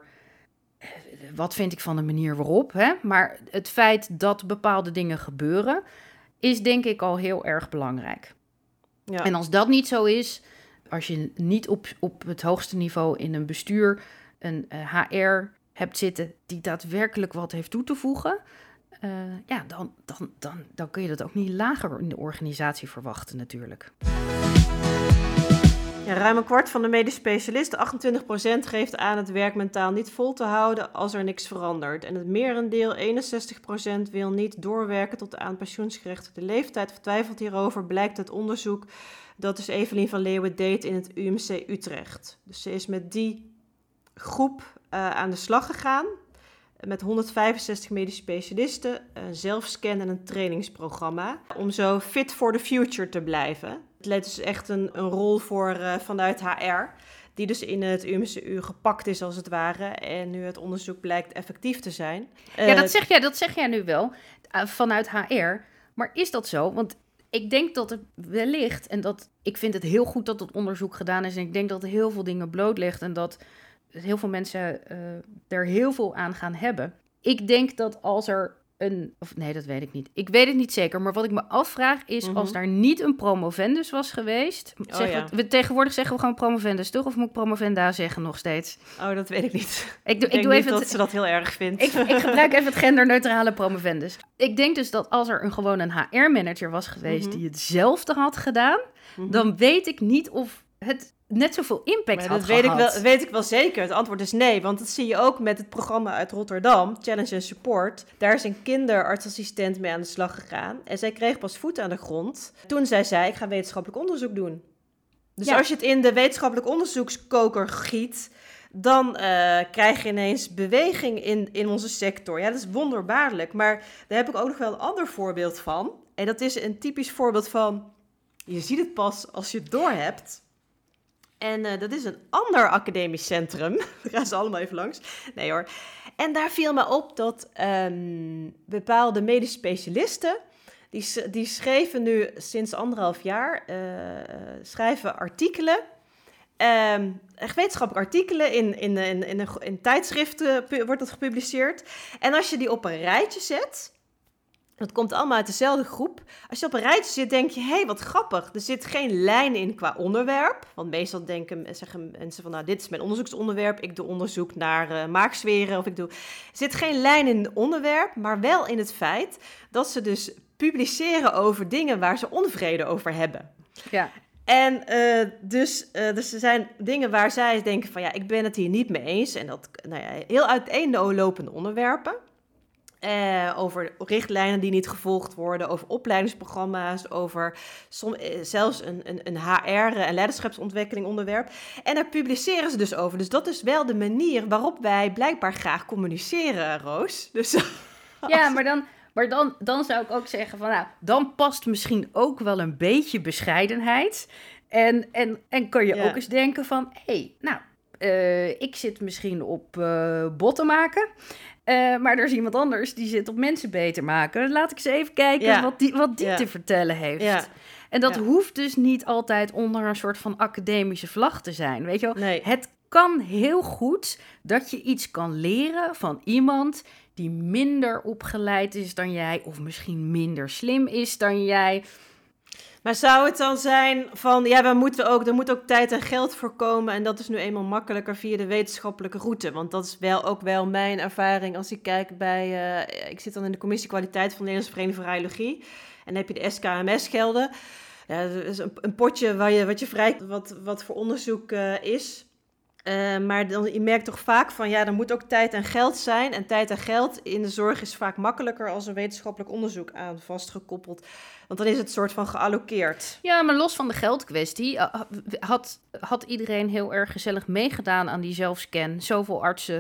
wat vind ik van de manier waarop. Hè? Maar het feit dat bepaalde dingen gebeuren, is denk ik al heel erg belangrijk. Ja. En als dat niet zo is, als je niet op, op het hoogste niveau in een bestuur een uh, H R hebt zitten die daadwerkelijk wat heeft toe te voegen, uh, ja, dan, dan, dan, dan kun je dat ook niet lager in de organisatie verwachten natuurlijk. Ja, ruim een kwart van de medisch specialisten, achtentwintig procent, geeft aan het werk mentaal niet vol te houden als er niks verandert. En het merendeel, eenenzestig procent, wil niet doorwerken tot aan pensioensgerechtigde leeftijd of twijfelt hierover, blijkt uit onderzoek dat dus Evelien van Leeuwen deed in het U M C Utrecht. Dus ze is met die groep uh, aan de slag gegaan, met honderdvijfenzestig medisch specialisten, een zelfscan en een trainingsprogramma, om zo fit for the future te blijven. Het leidt dus echt een, een rol voor uh, vanuit H R, die dus in het U M C U gepakt is als het ware. En nu het onderzoek blijkt effectief te zijn. Ja, uh, dat zeg jij, dat zeg jij nu wel, uh, vanuit H R. Maar is dat zo? Want ik denk dat het wellicht, en dat ik vind het heel goed dat het onderzoek gedaan is, en ik denk dat het heel veel dingen blootlegt en dat heel veel mensen uh, er heel veel aan gaan hebben. Ik denk dat als er een, of nee, dat weet ik niet. Ik weet het niet zeker, maar wat ik me afvraag is, mm-hmm. als daar niet een promovendus was geweest. Oh, zeg ja. we, we, tegenwoordig zeggen we gewoon promovendus, toch? Of moet ik promovenda zeggen nog steeds? Oh, dat weet ik niet. Ik, doe, ik, ik doe niet even dat het, ze dat heel erg vindt. Ik, ik gebruik even het genderneutrale promovendus. Ik denk dus dat als er een, gewoon een H R-manager was geweest mm-hmm. die hetzelfde had gedaan, mm-hmm. dan weet ik niet of het net zoveel impact maar had dat weet gehad. Ik wel, weet ik wel zeker. Het antwoord is nee, want dat zie je ook met het programma uit Rotterdam, Challenge and Support. Daar is een kinderartsassistent mee aan de slag gegaan. En zij kreeg pas voet aan de grond toen zij zei, ik ga wetenschappelijk onderzoek doen. Dus ja. als je het in de wetenschappelijk onderzoekskoker giet, dan uh, krijg je ineens beweging in, in onze sector. Ja, dat is wonderbaarlijk. Maar daar heb ik ook nog wel een ander voorbeeld van. En dat is een typisch voorbeeld van, je ziet het pas als je het doorhebt. En uh, dat is een ander academisch centrum. Daar gaan ze allemaal even langs. Nee hoor. En daar viel me op dat um, bepaalde medisch specialisten, die, die schreven nu sinds anderhalf jaar, uh, schrijven artikelen, um, echt wetenschappelijke artikelen in, in, in, in, in, in tijdschriften wordt dat gepubliceerd. En als je die op een rijtje zet, dat komt allemaal uit dezelfde groep. Als je op een rijtje zit, denk je, hé, hey, wat grappig. Er zit geen lijn in qua onderwerp. Want meestal denken, zeggen mensen van, nou, dit is mijn onderzoeksonderwerp. Ik doe onderzoek naar uh, maagsferen. Of ik doe... Er zit geen lijn in het onderwerp, maar wel in het feit dat ze dus publiceren over dingen waar ze onvrede over hebben. Ja. En uh, dus, uh, dus er zijn dingen waar zij denken van ja, ik ben het hier niet mee eens. En dat, nou ja, heel uiteenlopende onderwerpen. Uh, over richtlijnen die niet gevolgd worden, over opleidingsprogramma's, over som, uh, zelfs een, een, een H R- en leiderschapsontwikkeling onderwerp. En daar publiceren ze dus over. Dus dat is wel de manier waarop wij blijkbaar graag communiceren, Roos. Dus, ja, maar dan... Maar dan, dan zou ik ook zeggen van, nou, dan past misschien ook wel een beetje bescheidenheid. En, en, en kan je ja. ook eens denken van, hé, hey, nou, uh, ik zit misschien op uh, botten maken. Uh, maar er is iemand anders die zit op mensen beter maken. Laat ik eens even kijken ja. wat die, wat die ja. te vertellen heeft. Ja. En dat ja. hoeft dus niet altijd onder een soort van academische vlag te zijn. Weet je wel? Nee. Het kan heel goed dat je iets kan leren van iemand die minder opgeleid is dan jij, of misschien minder slim is dan jij. Maar zou het dan zijn van, ja, we moeten ook, er moet ook tijd en geld voor komen en dat is nu eenmaal makkelijker via de wetenschappelijke route, want dat is wel ook wel mijn ervaring als ik kijk bij, uh, ik zit dan in de commissie kwaliteit van de Nederlandse Vereniging voor Radiologie en dan heb je de S K M S-gelden. Ja, dat is een, een potje waar je, wat je vrij, wat, wat voor onderzoek uh, is. Uh, maar dan, je merkt toch vaak van, ja, er moet ook tijd en geld zijn. En tijd en geld in de zorg is vaak makkelijker als er wetenschappelijk onderzoek aan vastgekoppeld. Want dan is het soort van gealloceerd. Ja, maar los van de geldkwestie, had, had iedereen heel erg gezellig meegedaan aan die zelfscan. Zoveel artsen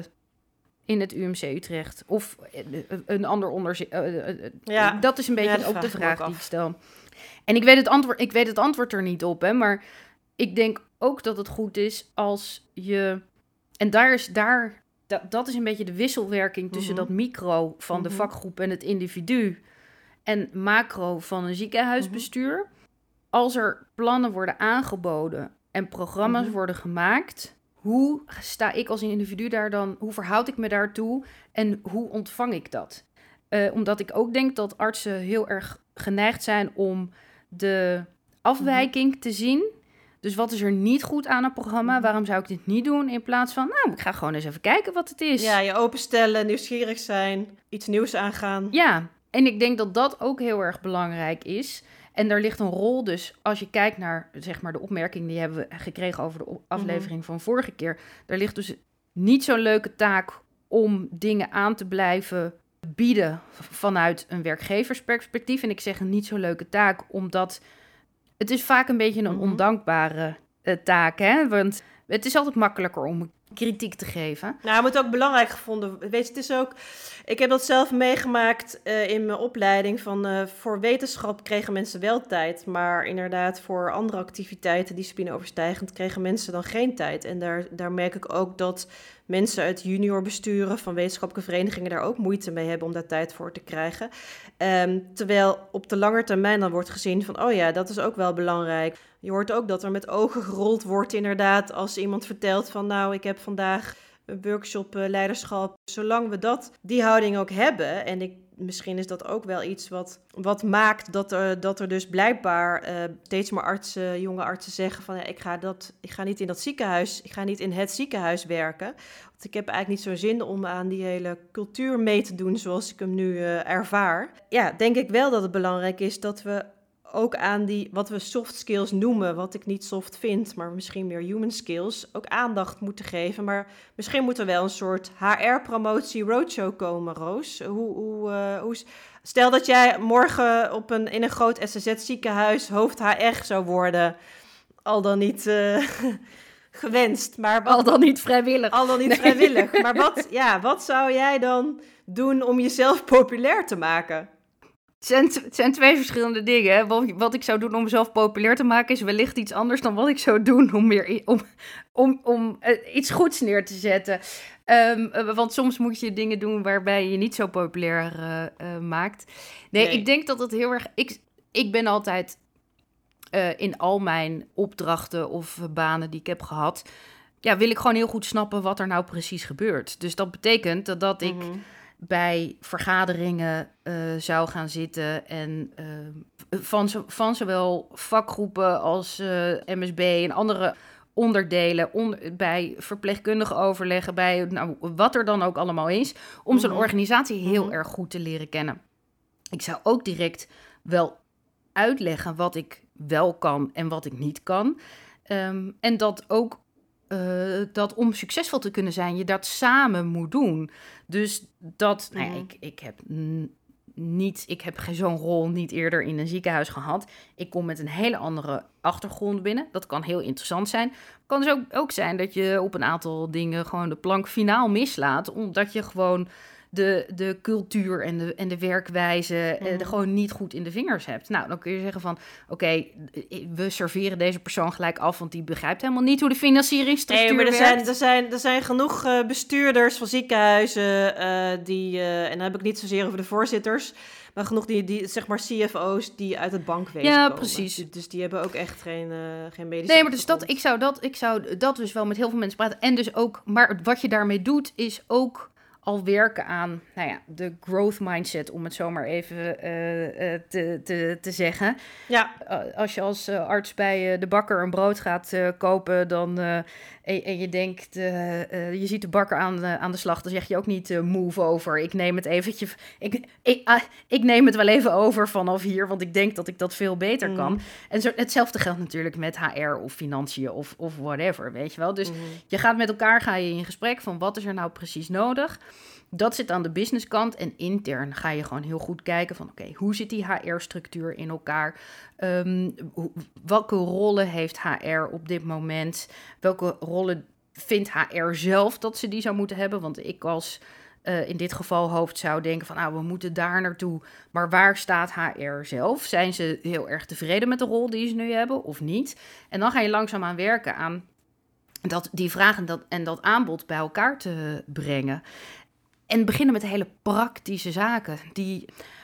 in het U M C Utrecht. Of een ander onderzoek. Uh, uh, ja. Dat is een beetje ja, ook de vraag die ik stel. En ik weet het antwoord, ik weet het antwoord er niet op, hè, maar ik denk ook dat het goed is als je... En daar is daar... Dat, dat is een beetje de wisselwerking tussen mm-hmm. dat micro van mm-hmm. de vakgroep en het individu en macro van een ziekenhuisbestuur. Mm-hmm. Als er plannen worden aangeboden en programma's mm-hmm. worden gemaakt, hoe sta ik als individu daar dan? Hoe verhoud ik me daartoe en hoe ontvang ik dat? Uh, omdat ik ook denk dat artsen heel erg geneigd zijn om de afwijking mm-hmm. te zien. Dus wat is er niet goed aan een programma? Waarom zou ik dit niet doen? In plaats van, nou, ik ga gewoon eens even kijken wat het is. Ja, je openstellen, nieuwsgierig zijn, iets nieuws aangaan. Ja, en ik denk dat dat ook heel erg belangrijk is. En daar ligt een rol dus, als je kijkt naar, zeg maar, de opmerking die hebben we gekregen over de aflevering mm-hmm. van vorige keer. Daar ligt dus niet zo'n leuke taak om dingen aan te blijven bieden vanuit een werkgeversperspectief. En ik zeg een niet zo leuke taak, omdat het is vaak een beetje een mm-hmm. ondankbare uh, taak, hè? Want het is altijd makkelijker om kritiek te geven. Nou, het moet ook belangrijk gevonden. Weet je, het is ook... Ik heb dat zelf meegemaakt uh, in mijn opleiding. Van, uh, voor wetenschap kregen mensen wel tijd. Maar inderdaad, voor andere activiteiten, disciplineoverstijgend, kregen mensen dan geen tijd. En daar, daar merk ik ook dat mensen uit juniorbesturen van wetenschappelijke verenigingen daar ook moeite mee hebben om daar tijd voor te krijgen. Um, terwijl op de lange termijn dan wordt gezien van, oh ja, dat is ook wel belangrijk. Je hoort ook dat er met ogen gerold wordt inderdaad als iemand vertelt van, nou, ik heb vandaag een workshop uh, leiderschap. Zolang we dat, die houding ook hebben, en ik, misschien is dat ook wel iets wat, wat maakt dat er, dat er dus blijkbaar uh, steeds meer artsen, jonge artsen zeggen van, ja, ik ga dat, ik ga niet in dat ziekenhuis, ik ga niet in het ziekenhuis werken. Want ik heb eigenlijk niet zo'n zin om aan die hele cultuur mee te doen zoals ik hem nu uh, ervaar. Ja, denk ik wel dat het belangrijk is dat we ook aan die, wat we soft skills noemen, wat ik niet soft vind, maar misschien meer human skills, ook aandacht moeten geven. Maar misschien moet er wel een soort H R-promotie roadshow komen, Roos. Hoe, hoe, uh, hoe, stel dat jij morgen op een, in een groot S Z Z-ziekenhuis hoofd H R zou worden, al dan niet uh, gewenst. Maar wat, al dan niet vrijwillig. Al dan niet nee. vrijwillig. Maar wat, ja, wat zou jij dan doen om jezelf populair te maken? Het zijn, het zijn twee verschillende dingen. Wat, wat ik zou doen om mezelf populair te maken is wellicht iets anders dan wat ik zou doen om, meer, om, om, om uh, iets goeds neer te zetten. Um, uh, want soms moet je dingen doen waarbij je je niet zo populair uh, uh, maakt. Nee, nee, ik denk dat het heel erg... Ik, ik ben altijd uh, in al mijn opdrachten of uh, banen die ik heb gehad, ja, wil ik gewoon heel goed snappen wat er nou precies gebeurt. Dus dat betekent dat, dat ik mm-hmm. bij vergaderingen uh, zou gaan zitten en uh, van, zo, van zowel vakgroepen als uh, M S B en andere onderdelen, on, bij verpleegkundige overleggen, bij nou, wat er dan ook allemaal is, om mm-hmm. zo'n organisatie heel mm-hmm. erg goed te leren kennen. Ik zou ook direct wel uitleggen wat ik wel kan en wat ik niet kan. Um, en dat ook uh, dat om succesvol te kunnen zijn, je dat samen moet doen. Dus dat, mm-hmm. nou ja, ik, ik heb n- niet, ik heb zo'n rol niet eerder in een ziekenhuis gehad. Ik kom met een hele andere achtergrond binnen. Dat kan heel interessant zijn. Het kan dus ook, ook zijn dat je op een aantal dingen gewoon de plank finaal mislaat, omdat je gewoon de, de cultuur en de, en de werkwijze mm. uh, er gewoon niet goed in de vingers hebt. Nou, dan kun je zeggen van, oké, okay, we serveren deze persoon gelijk af, want die begrijpt helemaal niet hoe de financieringsstructuur nee, maar er werkt. Zijn, er, zijn, er zijn genoeg uh, bestuurders van ziekenhuizen, uh, die, uh, en dan heb ik niet zozeer over de voorzitters, maar genoeg die, die zeg maar C F O's die uit het bankwezen ja, komen. precies. Dus, dus die hebben ook echt geen, uh, geen medische Nee, maar dus dat, ik, zou dat, ik zou dat dus wel met heel veel mensen praten. En dus ook, maar wat je daarmee doet, is ook al werken aan, nou ja, de growth mindset, om het zo maar even uh, uh, te, te, te zeggen. Ja. Uh, als je als uh, arts bij uh, de bakker een brood gaat uh, kopen, dan uh, en, en je denkt, uh, uh, je ziet de bakker aan, uh, aan de slag, dan zeg je ook niet uh, move over. Ik neem het eventjes, ik, ik, uh, ik neem het wel even over vanaf hier, want ik denk dat ik dat veel beter mm. kan. En zo, hetzelfde geldt natuurlijk met H R of financiën of, of whatever, weet je wel. Dus mm. je gaat met elkaar, ga je in gesprek van wat is er nou precies nodig. Dat zit aan de businesskant en intern ga je gewoon heel goed kijken van oké, okay, hoe zit die H R-structuur in elkaar? Um, hoe, welke rollen heeft H R op dit moment? Welke rollen vindt H R zelf dat ze die zou moeten hebben? Want ik als uh, in dit geval hoofd zou denken van nou, we moeten daar naartoe. Maar waar staat H R zelf? Zijn ze heel erg tevreden met de rol die ze nu hebben of niet? En dan ga je langzaamaan werken aan dat, die vraag en dat, en dat aanbod bij elkaar te brengen. En beginnen met hele praktische zaken, die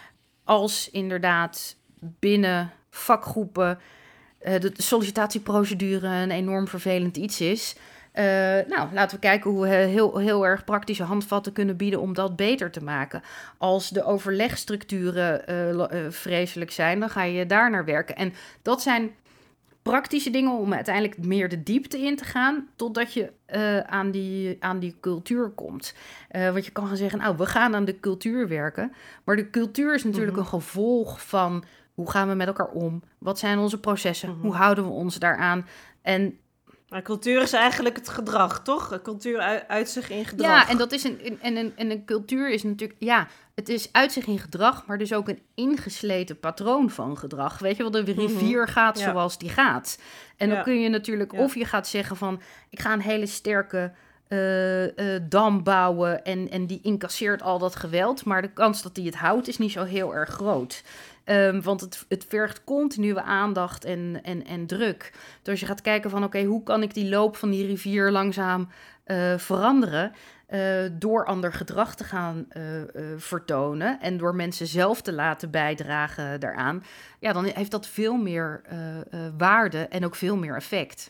als inderdaad binnen vakgroepen uh, de sollicitatieprocedure een enorm vervelend iets is. Uh, nou, laten we kijken hoe we heel, heel erg praktische handvatten kunnen bieden om dat beter te maken. Als de overlegstructuren uh, uh, vreselijk zijn, dan ga je daar naar werken. En dat zijn praktische dingen om uiteindelijk meer de diepte in te gaan, totdat je uh, aan, die, aan die cultuur komt. Uh, want je kan gaan zeggen, nou, we gaan aan de cultuur werken. Maar de cultuur is natuurlijk mm-hmm. een gevolg van hoe gaan we met elkaar om? Wat zijn onze processen? Mm-hmm. Hoe houden we ons daaraan? En maar cultuur is eigenlijk het gedrag, toch? Cultuur uit, uit zich in gedrag. Ja, en dat is een, en een, en een cultuur is natuurlijk, ja, het is uit zich in gedrag, maar dus ook een ingesleten patroon van gedrag. Weet je wel, de rivier mm-hmm. gaat ja. zoals die gaat. En ja. dan kun je natuurlijk, ja. of je gaat zeggen van, ik ga een hele sterke uh, uh, dam bouwen en, en die incasseert al dat geweld, maar de kans dat die het houdt is niet zo heel erg groot. Um, want het, het vergt continue aandacht en, en, en druk. Dus als je gaat kijken van oké, okay, hoe kan ik die loop van die rivier langzaam uh, veranderen? Uh, door ander gedrag te gaan uh, uh, vertonen en door mensen zelf te laten bijdragen daaraan. Ja, dan heeft dat veel meer uh, uh, waarde en ook veel meer effect.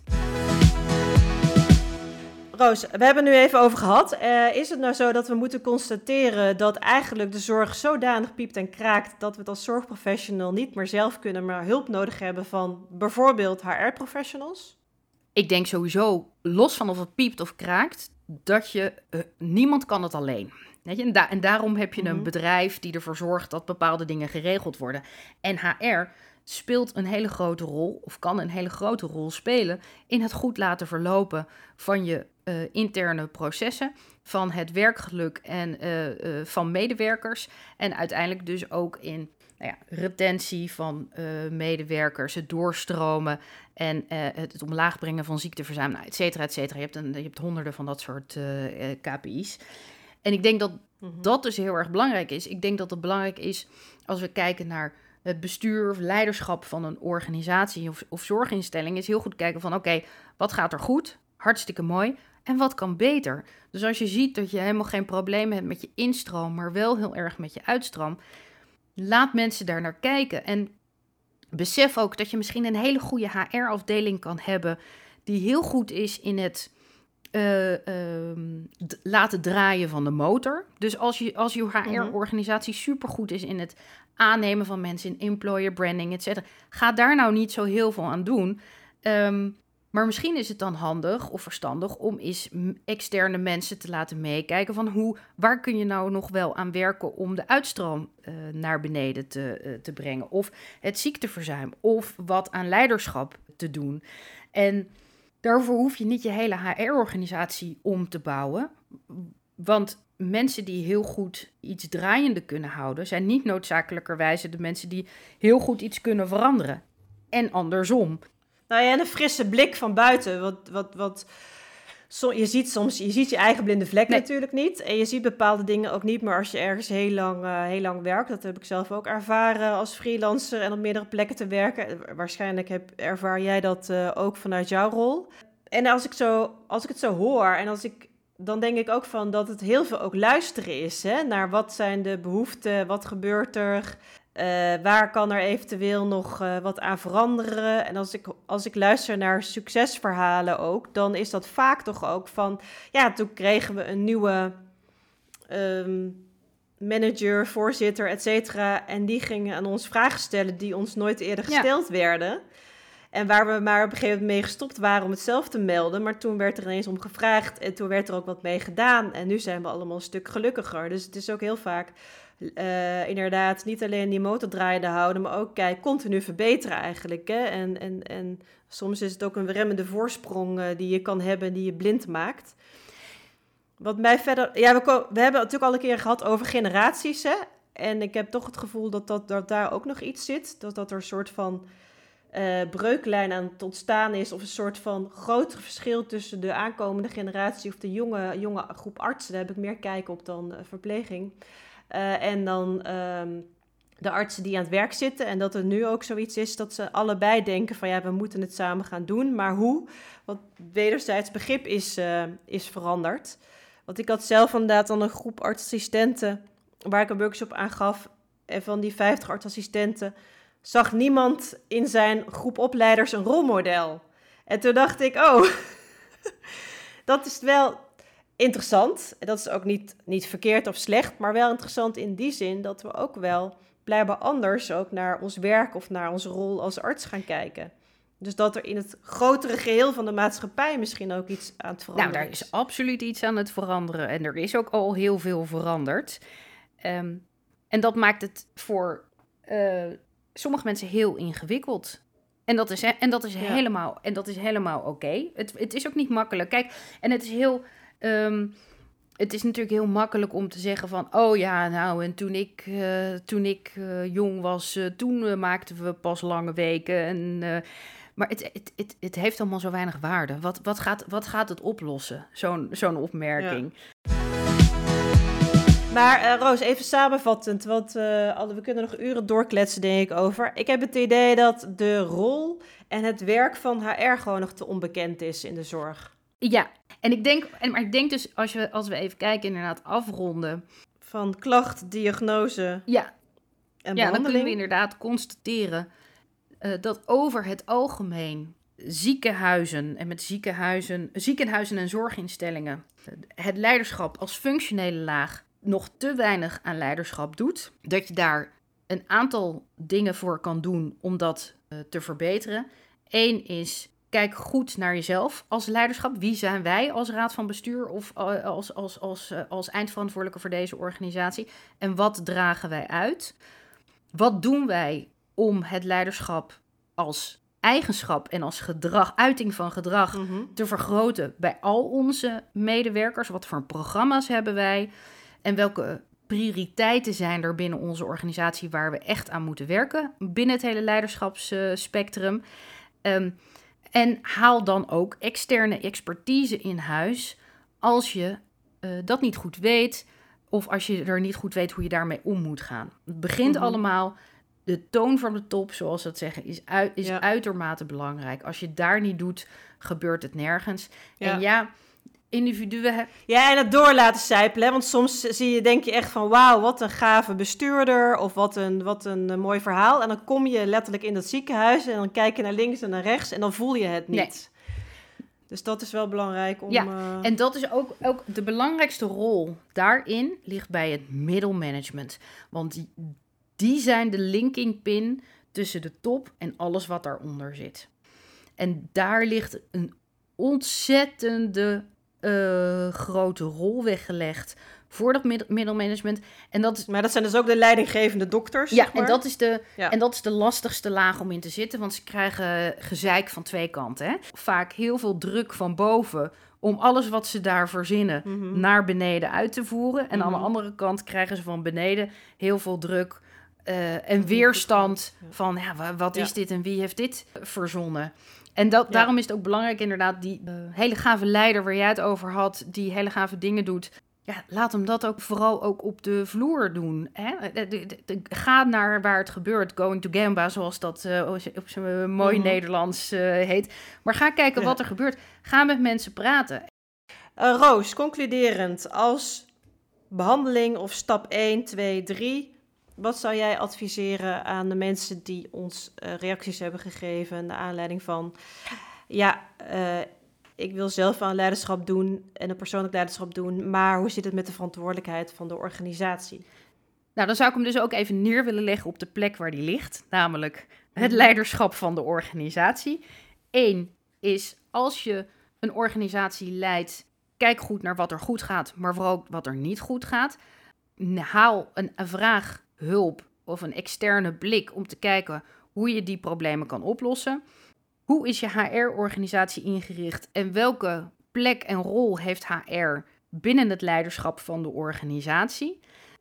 Roos, we hebben het nu even over gehad. Uh, is het nou zo dat we moeten constateren dat eigenlijk de zorg zodanig piept en kraakt dat we het als zorgprofessional niet meer zelf kunnen, maar hulp nodig hebben van bijvoorbeeld H R-professionals? Ik denk sowieso, los van of het piept of kraakt, dat je, uh, niemand kan het alleen. Weet je? En, da- en daarom heb je mm-hmm. een bedrijf die ervoor zorgt dat bepaalde dingen geregeld worden. En H R speelt een hele grote rol, of kan een hele grote rol spelen, in het goed laten verlopen van je uh, interne processen, van het werkgeluk en uh, uh, van medewerkers. En uiteindelijk dus ook in nou ja, retentie van uh, medewerkers, het doorstromen en uh, het, het omlaag brengen van ziekteverzuim, nou, et cetera, et cetera. Je hebt, een, je hebt honderden van dat soort uh, uh, K P I's. En ik denk dat mm-hmm. dat dus heel erg belangrijk is. Ik denk dat het belangrijk is als we kijken naar het bestuur of leiderschap van een organisatie of, of zorginstelling, is heel goed kijken van oké, okay, wat gaat er goed? Hartstikke mooi. En wat kan beter? Dus als je ziet dat je helemaal geen probleem hebt met je instroom, maar wel heel erg met je uitstroom, laat mensen daar naar kijken. En besef ook dat je misschien een hele goede H R-afdeling kan hebben die heel goed is in het Uh, uh, d- laten draaien van de motor. Dus als je, als je H R-organisatie supergoed is in het aannemen van mensen, in employer branding, et cetera, ga daar nou niet zo heel veel aan doen. Um, Maar misschien is het dan handig of verstandig om eens externe mensen te laten meekijken van hoe, waar kun je nou nog wel aan werken om de uitstroom uh, naar beneden te, uh, te brengen. Of het ziekteverzuim of wat aan leiderschap te doen. En daarvoor hoef je niet je hele H R-organisatie om te bouwen. Want mensen die heel goed iets draaiende kunnen houden, zijn niet noodzakelijkerwijze de mensen die heel goed iets kunnen veranderen. En andersom. Nou ja, en een frisse blik van buiten. Wat, wat, wat, so, je ziet soms, je ziet je eigen blinde vlek nee. natuurlijk niet. En je ziet bepaalde dingen ook niet, maar als je ergens heel lang, uh, heel lang werkt, dat heb ik zelf ook ervaren als freelancer en op meerdere plekken te werken. Waarschijnlijk heb, ervaar jij dat uh, ook vanuit jouw rol. En als ik, zo, als ik het zo hoor en als ik, dan denk ik ook van dat het heel veel ook luisteren is, hè, naar wat zijn de behoeften, wat gebeurt er. Uh, waar kan er eventueel nog uh, wat aan veranderen? En als ik, als ik luister naar succesverhalen ook, dan is dat vaak toch ook van, ja, toen kregen we een nieuwe um, manager, voorzitter, et cetera. En die gingen aan ons vragen stellen die ons nooit eerder gesteld ja. werden. En waar we maar op een gegeven moment mee gestopt waren om het zelf te melden. Maar toen werd er ineens om gevraagd en toen werd er ook wat mee gedaan. En nu zijn we allemaal een stuk gelukkiger. Dus het is ook heel vaak uh, inderdaad niet alleen die motor draaiende houden, maar ook kijk, continu verbeteren eigenlijk. Hè? En, en, en soms is het ook een remmende voorsprong uh, die je kan hebben die je blind maakt. Wat mij verder... Ja, we, ko- we hebben het natuurlijk al een keer gehad over generaties, hè. En ik heb toch het gevoel dat, dat, dat daar ook nog iets zit. Dat, dat er een soort van uh, breuklijn aan het ontstaan is. Of een soort van groter verschil tussen de aankomende generatie of de jonge, jonge groep artsen. Daar heb ik meer kijk op dan uh, verpleging. Uh, en dan um, de artsen die aan het werk zitten. En dat er nu ook zoiets is dat ze allebei denken van ja, we moeten het samen gaan doen. Maar hoe? Want wederzijds begrip is, uh, is veranderd. Want ik had zelf inderdaad dan een groep artsassistenten waar ik een workshop aan gaf. En van die vijftig artsassistenten zag niemand in zijn groep opleiders een rolmodel. En toen dacht ik, oh, dat is wel interessant. En dat is ook niet, niet verkeerd of slecht, maar wel interessant in die zin dat we ook wel blijkbaar anders ook naar ons werk of naar onze rol als arts gaan kijken. Dus dat er in het grotere geheel van de maatschappij misschien ook iets aan het veranderen is. Nou, daar is absoluut iets aan het veranderen. En er is ook al heel veel veranderd. Um, en dat maakt het voor uh, sommige mensen heel ingewikkeld. En dat is, en dat is ja. helemaal, en dat is helemaal oké. Okay. Het, het is ook niet makkelijk. Kijk, en het is heel... Um, het is natuurlijk heel makkelijk om te zeggen van... oh ja, nou, en toen ik, uh, toen ik uh, jong was... Uh, toen uh, maakten we pas lange weken en... Uh, Maar het, het, het, het heeft allemaal zo weinig waarde. Wat, wat, gaat, wat gaat het oplossen, zo'n, zo'n opmerking? Ja. Maar uh, Roos, even samenvattend, want uh, we kunnen nog uren doorkletsen, denk ik, over. Ik heb het idee dat de rol en het werk van H R gewoon nog te onbekend is in de zorg. Ja, en ik denk, en, maar ik denk dus, als we, als we even kijken, inderdaad afronden. Van klacht, diagnose ja. en ja, behandeling. Dan kunnen we inderdaad constateren Uh, dat over het algemeen ziekenhuizen en met ziekenhuizen, ziekenhuizen en zorginstellingen het leiderschap als functionele laag nog te weinig aan leiderschap doet. Dat je daar een aantal dingen voor kan doen om dat uh, te verbeteren. Eén is, kijk goed naar jezelf als leiderschap. Wie zijn wij als raad van bestuur of uh, als, als, als, uh, als eindverantwoordelijke voor deze organisatie? En wat dragen wij uit? Wat doen wij om het leiderschap als eigenschap en als gedrag, uiting van gedrag mm-hmm. te vergroten bij al onze medewerkers? Wat voor programma's hebben wij? En welke prioriteiten zijn er binnen onze organisatie waar we echt aan moeten werken binnen het hele leiderschapsspectrum? Um, en haal dan ook externe expertise in huis als je uh, dat niet goed weet of als je er niet goed weet hoe je daarmee om moet gaan. Het begint mm-hmm. allemaal... De toon van de top, zoals ze dat zeggen, is, uit, is ja. uitermate belangrijk. Als je het daar niet doet, gebeurt het nergens. Ja. En ja, individuen... Ja, en het door laten sijpelen. Want soms zie je, denk je echt van... wauw, wat een gave bestuurder. Of wat een, wat een uh, mooi verhaal. En dan kom je letterlijk in dat ziekenhuis... en dan kijk je naar links en naar rechts... en dan voel je het niet. Nee. Dus dat is wel belangrijk om... Ja, uh... en dat is ook, ook de belangrijkste rol daarin... ligt bij het middelmanagement. Want... die Die zijn de linking pin tussen de top en alles wat daaronder zit. En daar ligt een ontzettende uh, grote rol weggelegd voor dat middel- middelmanagement. En dat is, maar dat zijn dus ook de leidinggevende dokters, ja, zeg maar. en dat is de ja. en dat is de lastigste laag om in te zitten, want ze krijgen gezeik van twee kanten. Hè? Vaak heel veel druk van boven om alles wat ze daar verzinnen Mm-hmm. naar beneden uit te voeren. En Mm-hmm. aan de andere kant krijgen ze van beneden heel veel druk uh, en weerstand ja. van ja, wat is ja. dit en wie heeft dit verzonnen? En dat, ja. daarom is het ook belangrijk inderdaad, die uh, hele gave leider waar jij het over had, die hele gave dingen doet. Ja, laat hem dat ook vooral ook op de vloer doen. Hè? De, de, de, de, ga naar waar het gebeurt. Going to Gamba, zoals dat uh, op zijn mooi mm-hmm. Nederlands uh, heet. Maar ga kijken ja. wat er gebeurt. Ga met mensen praten. Uh, Roos, concluderend. Als behandeling of stap één, twee, drie... wat zou jij adviseren aan de mensen die ons uh, reacties hebben gegeven... naar aanleiding van... ja. Uh, Ik wil zelf aan leiderschap doen en een persoonlijk leiderschap doen, maar hoe zit het met de verantwoordelijkheid van de organisatie? Nou, dan zou ik hem dus ook even neer willen leggen op de plek waar die ligt, namelijk het leiderschap van de organisatie. Eén is, als je een organisatie leidt, kijk goed naar wat er goed gaat, maar vooral ook wat er niet goed gaat. Haal een, een vraag, hulp of een externe blik om te kijken hoe je die problemen kan oplossen. Hoe is je H R-organisatie ingericht en welke plek en rol heeft H R binnen het leiderschap van de organisatie?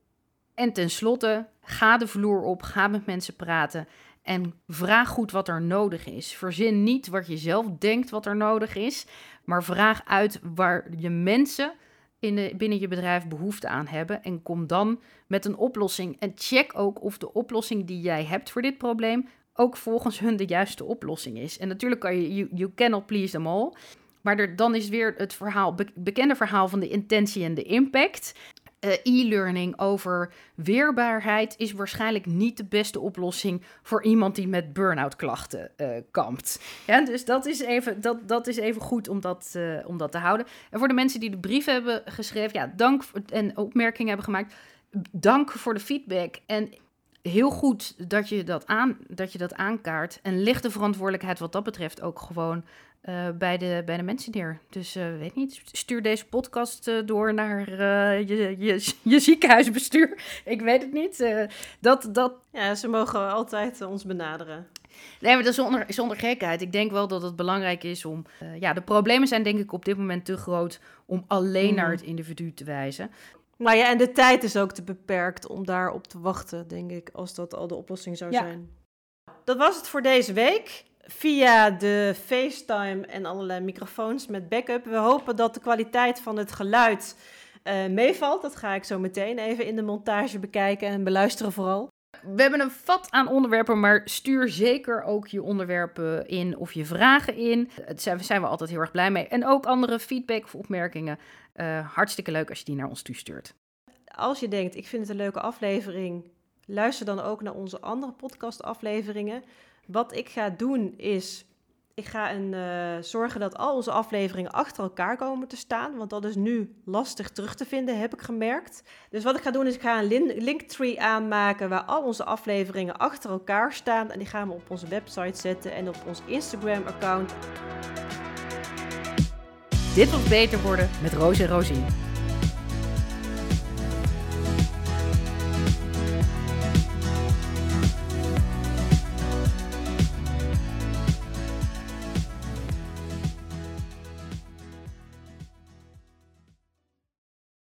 En tenslotte, ga de vloer op, ga met mensen praten en vraag goed wat er nodig is. Verzin niet wat je zelf denkt wat er nodig is, maar vraag uit waar je mensen in de, binnen je bedrijf behoefte aan hebben en kom dan met een oplossing. En check ook of de oplossing die jij hebt voor dit probleem ook volgens hun de juiste oplossing is. En natuurlijk kan je, you, you cannot please them all. Maar er, dan is weer het verhaal, be, bekende verhaal van de intentie en de impact. Uh, e-learning over weerbaarheid is waarschijnlijk niet de beste oplossing voor iemand die met burn-out klachten uh, kampt. Ja, dus dat is even, dat, dat is even goed om dat, uh, om dat te houden. En voor de mensen die de brief hebben geschreven, ja, dank voor, en opmerkingen hebben gemaakt, dank voor de feedback. En heel goed dat je dat, aan, dat je dat aankaart. En leg de verantwoordelijkheid wat dat betreft ook gewoon uh, bij, de, bij de mensen neer. Dus uh, weet niet, stuur deze podcast uh, door naar uh, je, je, je ziekenhuisbestuur. Ik weet het niet. Uh, dat, dat... Ja, ze mogen altijd uh, ons benaderen. Nee, maar dat is zonder, zonder gekheid. Ik denk wel dat het belangrijk is om... Uh, ja, de problemen zijn denk ik op dit moment te groot om alleen mm. naar het individu te wijzen. Nou ja, en de tijd is ook te beperkt om daarop te wachten, denk ik, als dat al de oplossing zou ja. zijn. Dat was het voor deze week. Via de FaceTime en allerlei microfoons met backup. We hopen dat de kwaliteit van het geluid uh, meevalt. Dat ga ik zo meteen even in de montage bekijken en beluisteren vooral. We hebben een vat aan onderwerpen, maar stuur zeker ook je onderwerpen in of je vragen in. Daar zijn we altijd heel erg blij mee. En ook andere feedback of opmerkingen. Uh, hartstikke leuk als je die naar ons toestuurt. Als je denkt, ik vind het een leuke aflevering, luister dan ook naar onze andere podcastafleveringen. Wat ik ga doen is, ik ga een, uh, zorgen dat al onze afleveringen achter elkaar komen te staan. Want dat is nu lastig terug te vinden, heb ik gemerkt. Dus wat ik ga doen is, ik ga een lin- linktree aanmaken waar al onze afleveringen achter elkaar staan. En die gaan we op onze website zetten en op ons Instagram-account. Dit was Beter Worden met Roos en Rosien.